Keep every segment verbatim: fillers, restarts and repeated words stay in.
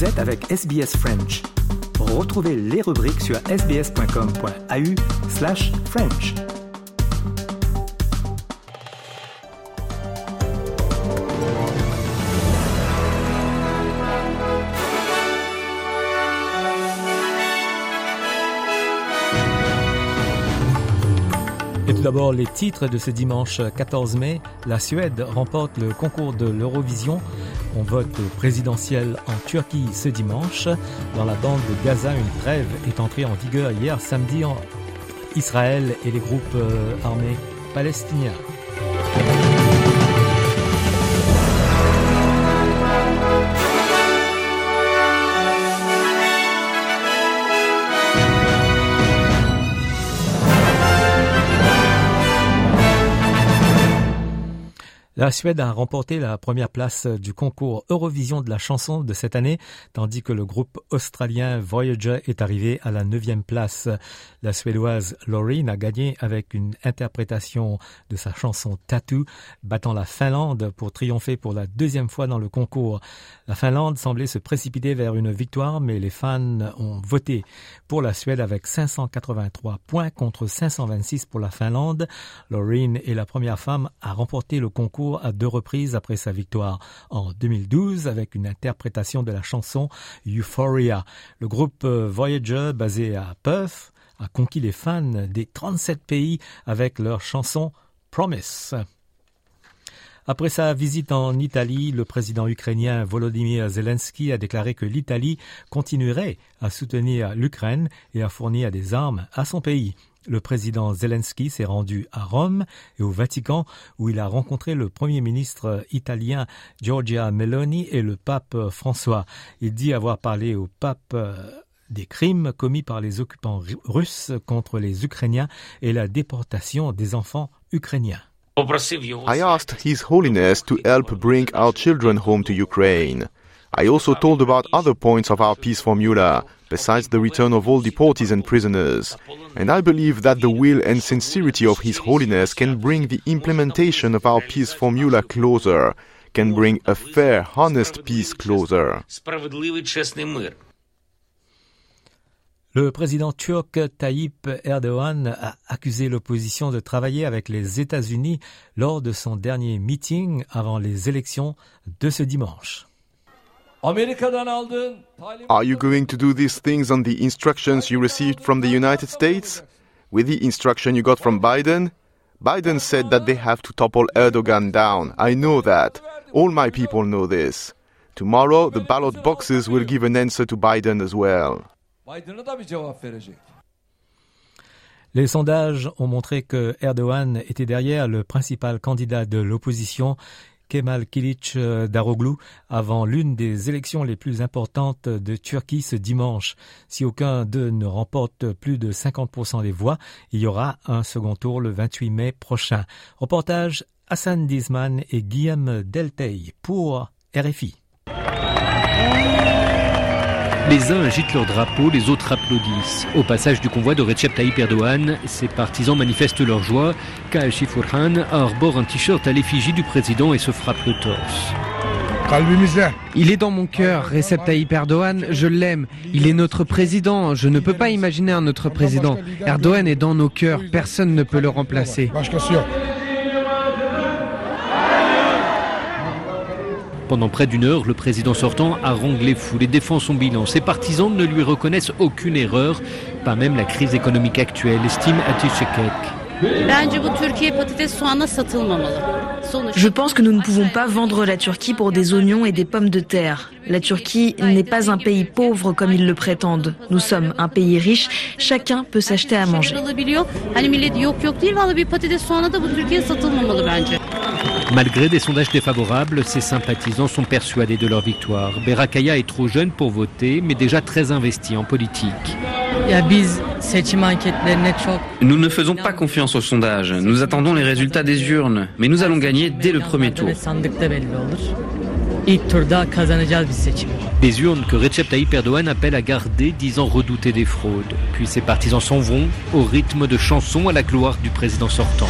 Vous êtes avec S B S French. Retrouvez les rubriques sur sbs.com.au slash French. Et tout d'abord, les titres de ce dimanche quatorze mai. La Suède remporte le concours de l'Eurovision. On vote présidentiel en Turquie ce dimanche. Dans la bande de Gaza, une trêve est entrée en vigueur hier samedi en Israël et les groupes armés palestiniens. La Suède a remporté la première place du concours Eurovision de la chanson de cette année, tandis que le groupe australien Voyager est arrivé à la neuvième place. La Suédoise Loreen a gagné avec une interprétation de sa chanson Tattoo, battant la Finlande pour triompher pour la deuxième fois dans le concours. La Finlande semblait se précipiter vers une victoire, mais les fans ont voté pour la Suède avec cinq cent quatre-vingt-trois points contre cinq cent vingt-six pour la Finlande. Loreen est la première femme à remporter le concours à deux reprises après sa victoire en deux mille douze avec une interprétation de la chanson Euphoria. Le groupe Voyager, basé à Perth, a conquis les fans des trente-sept pays avec leur chanson Promise. Après sa visite en Italie, le président ukrainien Volodymyr Zelensky a déclaré que l'Italie continuerait à soutenir l'Ukraine et à fournir des armes à son pays. Le président Zelensky s'est rendu à Rome et au Vatican où il a rencontré le premier ministre italien Giorgia Meloni et le pape François. Il dit avoir parlé au pape des crimes commis par les occupants russes contre les Ukrainiens et la déportation des enfants ukrainiens. I asked His Holiness to help bring our children home to Ukraine. I also told about other points of our peace formula, besides the return of all deportees and prisoners. And I believe that the will and sincerity of His Holiness can bring the implementation of our peace formula closer, can bring a fair, honest peace closer. Le président turc Tayyip Erdogan a accusé l'opposition de travailler avec les États-Unis lors de son dernier meeting avant les élections de ce dimanche. Are you going to do these things on the instructions you received from the United States? With the instruction you got from Biden? Biden said that they have to topple Erdogan down. I know that. All my people know this. Tomorrow, the ballot boxes will give an answer to Biden as well. Les sondages ont montré que Erdogan était derrière le principal candidat de l'opposition, Kemal Kılıçdaroğlu, avant l'une des élections les plus importantes de Turquie ce dimanche. Si aucun d'eux ne remporte plus de cinquante pour cent des voix, il y aura un second tour le vingt-huit mai prochain. Reportage Hassan Dizman et Guillaume Delteil pour R F I. Les uns agitent leur drapeau, les autres applaudissent. Au passage du convoi de Recep Tayyip Erdogan, ses partisans manifestent leur joie. Kaashi Furhan arbore un t-shirt à l'effigie du président et se frappe le torse. Il est dans mon cœur, Recep Tayyip Erdogan, je l'aime. Il est notre président, je ne peux pas imaginer un autre président. Erdogan est dans nos cœurs, personne ne peut le remplacer. Pendant près d'une heure, le président sortant harangue les foules et défend son bilan. Ses partisans ne lui reconnaissent aucune erreur, pas même la crise économique actuelle, estime Atiye Çekek. Je pense que nous ne pouvons pas vendre la Turquie pour des oignons et des pommes de terre. La Turquie n'est pas un pays pauvre comme ils le prétendent. Nous sommes un pays riche, chacun peut s'acheter à manger. Malgré des sondages défavorables, ses sympathisants sont persuadés de leur victoire. Berakaya est trop jeune pour voter, mais déjà très investi en politique. Nous ne faisons pas confiance aux sondages. Nous attendons les résultats des urnes, mais nous allons gagner dès le premier tour. Des urnes que Recep Tayyip Erdogan appelle à garder, disant redouter des fraudes. Puis ses partisans s'en vont au rythme de chansons à la gloire du président sortant.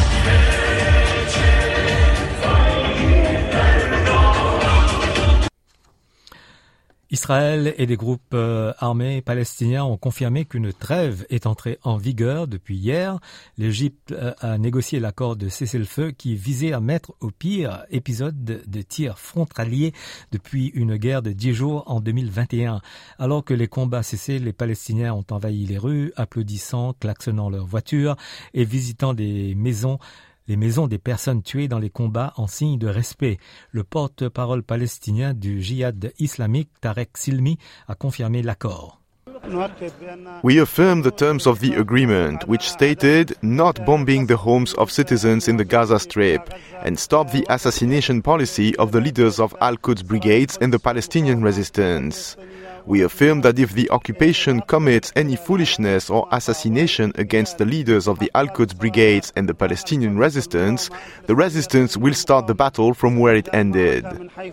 Israël et des groupes euh, armés palestiniens ont confirmé qu'une trêve est entrée en vigueur depuis hier. L'Égypte euh, a négocié l'accord de cessez-le-feu qui visait à mettre au pire épisode de, de tirs frontaliers depuis une guerre de dix jours en deux mille vingt et un. Alors que les combats cessaient, les Palestiniens ont envahi les rues, applaudissant, klaxonnant leurs voitures et visitant des maisons les maisons des personnes tuées dans les combats en signe de respect. Le porte-parole palestinien du djihad islamique, Tarek Silmi, a confirmé l'accord. We affirm the terms of the agreement, which stated not bombing the homes of citizens in the Gaza Strip and stop the assassination policy of the leaders of Al-Quds brigades and the Palestinian resistance. We affirm that if the occupation commits any foolishness or assassination against the leaders of the Al-Quds brigades and the Palestinian resistance, the resistance will start the battle from where it ended.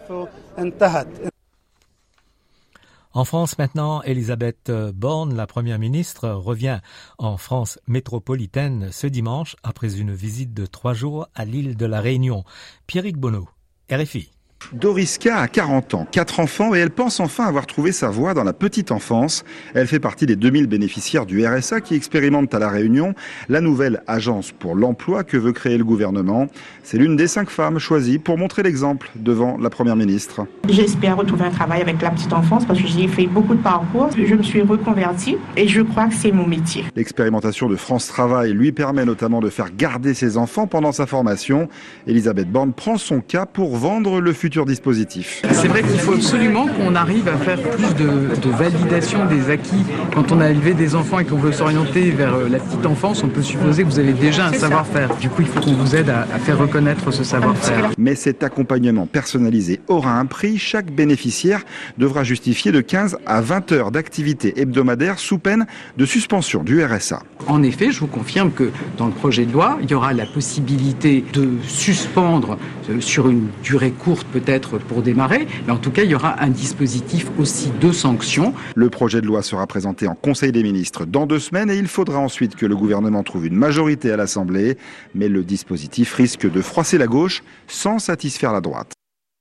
En France maintenant, Elisabeth Borne, la première ministre, revient en France métropolitaine ce dimanche après une visite de trois jours à l'île de la Réunion. Pierrick Bonneau, R F I. Doriska a quarante ans, quatre enfants et elle pense enfin avoir trouvé sa voie dans la petite enfance. Elle fait partie des deux mille bénéficiaires du R S A qui expérimentent à La Réunion la nouvelle agence pour l'emploi que veut créer le gouvernement. C'est l'une des cinq femmes choisies pour montrer l'exemple devant la première ministre. J'espère retrouver un travail avec la petite enfance parce que j'ai fait beaucoup de parcours. Je me suis reconvertie et je crois que c'est mon métier. L'expérimentation de France Travail lui permet notamment de faire garder ses enfants pendant sa formation. Elisabeth Borne prend son cas pour vendre le futur dispositif. C'est vrai qu'il faut absolument qu'on arrive à faire plus de, de validation des acquis. Quand on a élevé des enfants et qu'on veut s'orienter vers la petite enfance, on peut supposer que vous avez déjà un savoir-faire. Du coup, il faut qu'on vous aide à, à faire reconnaître ce savoir-faire. Mais cet accompagnement personnalisé aura un prix. Chaque bénéficiaire devra justifier de quinze à vingt heures d'activité hebdomadaire sous peine de suspension du R S A. En effet, je vous confirme que dans le projet de loi, il y aura la possibilité de suspendre sur une durée courte peut-être pour démarrer, mais en tout cas, il y aura un dispositif aussi de sanctions. Le projet de loi sera présenté en Conseil des ministres dans deux semaines et il faudra ensuite que le gouvernement trouve une majorité à l'Assemblée. Mais le dispositif risque de froisser la gauche sans satisfaire la droite.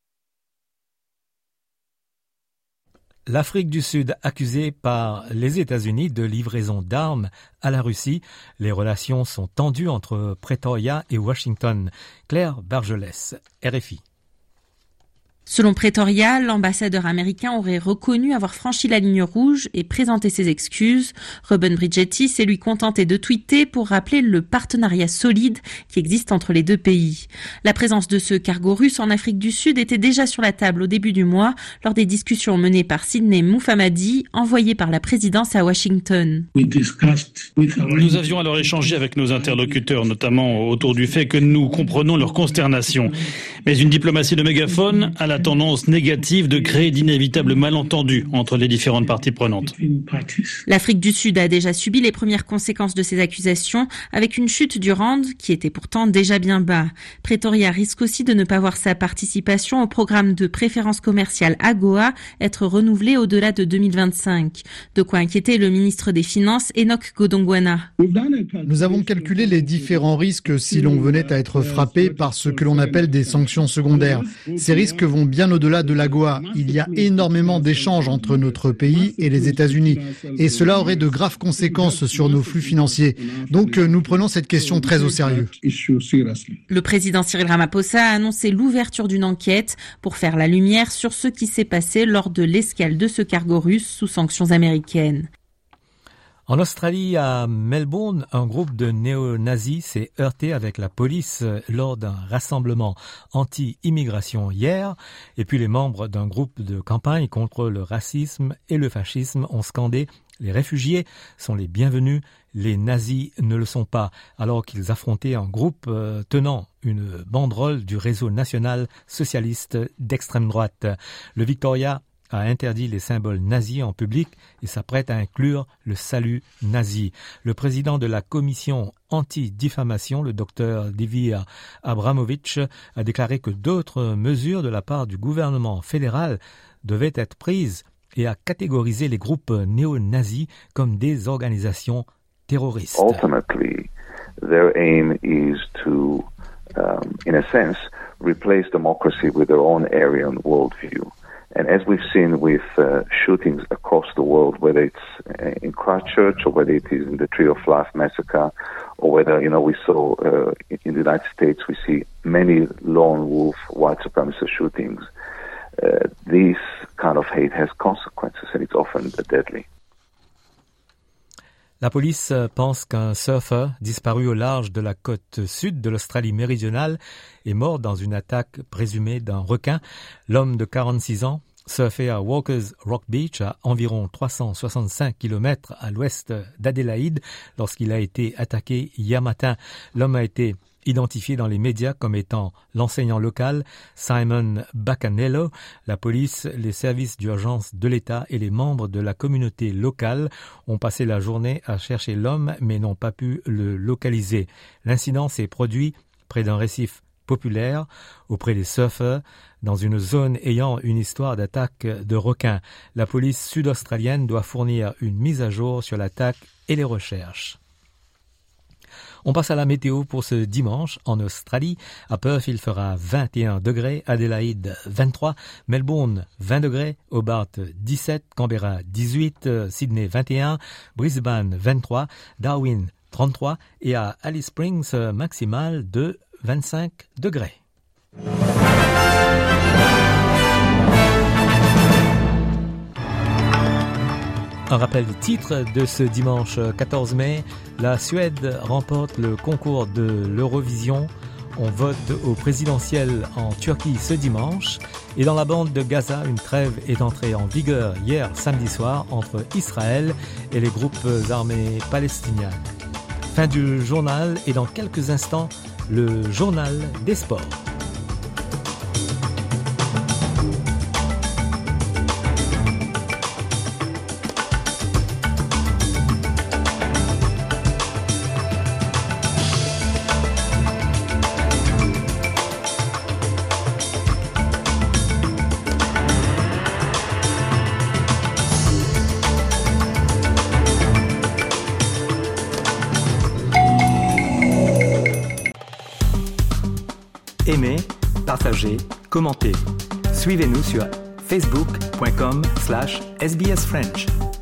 L'Afrique du Sud accusée par les États-Unis de livraison d'armes à la Russie. Les relations sont tendues entre Pretoria et Washington. Claire Bergelès, R F I. Selon Pretoria, l'ambassadeur américain aurait reconnu avoir franchi la ligne rouge et présenté ses excuses. Ruben Bridgetti s'est lui contenté de tweeter pour rappeler le partenariat solide qui existe entre les deux pays. La présence de ce cargo russe en Afrique du Sud était déjà sur la table au début du mois lors des discussions menées par Sidney Moufamadi, envoyé par la présidence à Washington. Nous avions alors échangé avec nos interlocuteurs, notamment autour du fait que nous comprenons leur consternation. Mais une diplomatie de mégaphone a la tendance négative de créer d'inévitables malentendus entre les différentes parties prenantes. L'Afrique du Sud a déjà subi les premières conséquences de ces accusations avec une chute du rand qui était pourtant déjà bien bas. Pretoria risque aussi de ne pas voir sa participation au programme de préférence commerciale AGOA être renouvelée au-delà de deux mille vingt-cinq. De quoi inquiéter le ministre des Finances Enoch Godongwana. Nous avons calculé les différents risques si l'on venait à être frappé par ce que l'on appelle des sanctions secondaires. Ces risques vont bien au-delà de l'AGOA. Il y a énormément d'échanges entre notre pays et les États-Unis. Et cela aurait de graves conséquences sur nos flux financiers. Donc nous prenons cette question très au sérieux. Le président Cyril Ramaphosa a annoncé l'ouverture d'une enquête pour faire la lumière sur ce qui s'est passé lors de l'escale de ce cargo russe sous sanctions américaines. En Australie, à Melbourne, un groupe de néo-nazis s'est heurté avec la police lors d'un rassemblement anti-immigration hier. Et puis les membres d'un groupe de campagne contre le racisme et le fascisme ont scandé « Les réfugiés sont les bienvenus, les nazis ne le sont pas », alors qu'ils affrontaient un groupe euh, tenant une banderole du réseau national socialiste d'extrême droite. Le Victoria a interdit les symboles nazis en public et s'apprête à inclure le salut nazi. Le président de la commission anti-diffamation, le docteur Divya Abramovic, a déclaré que d'autres mesures de la part du gouvernement fédéral devaient être prises et a catégorisé les groupes néo-nazis comme des organisations terroristes. Ultimately, their aim is to, um, in a sense, replace democracy with their own area and worldview. And as we've seen with uh, shootings across the world, whether it's in Christchurch or whether it is in the Tree of Life massacre, or whether, you know, we saw uh, in the United States, we see many lone wolf white supremacist shootings. Uh, this kind of hate has consequences, and it's often deadly. La police pense qu'un surfeur disparu au large de la côte sud de l'Australie méridionale est mort dans une attaque présumée d'un requin. L'homme de quarante-six ans surfait à Walker's Rock Beach, à environ trois cent soixante-cinq kilomètres à l'ouest d'Adélaïde, lorsqu'il a été attaqué hier matin. L'homme a été identifié dans les médias comme étant l'enseignant local Simon Bacanello. La police, les services d'urgence de l'État et les membres de la communauté locale ont passé la journée à chercher l'homme mais n'ont pas pu le localiser. L'incident s'est produit près d'un récif populaire auprès des surfeurs dans une zone ayant une histoire d'attaque de requins. La police sud-australienne doit fournir une mise à jour sur l'attaque et les recherches. On passe à la météo pour ce dimanche en Australie. À Perth, il fera vingt et un degrés, Adélaïde vingt-trois, Melbourne vingt degrés, Hobart dix-sept, Canberra dix-huit, Sydney vingt et un, Brisbane vingt-trois, Darwin trente-trois et à Alice Springs maximale de vingt-cinq degrés. Un rappel du titre de ce dimanche quatorze mai. La Suède remporte le concours de l'Eurovision. On vote au présidentiel en Turquie ce dimanche. Et dans la bande de Gaza, une trêve est entrée en vigueur hier samedi soir entre Israël et les groupes armés palestiniens. Fin du journal et dans quelques instants, le journal des sports. Aimez, partagez, commentez. Suivez-nous sur facebook point com slash S B S French.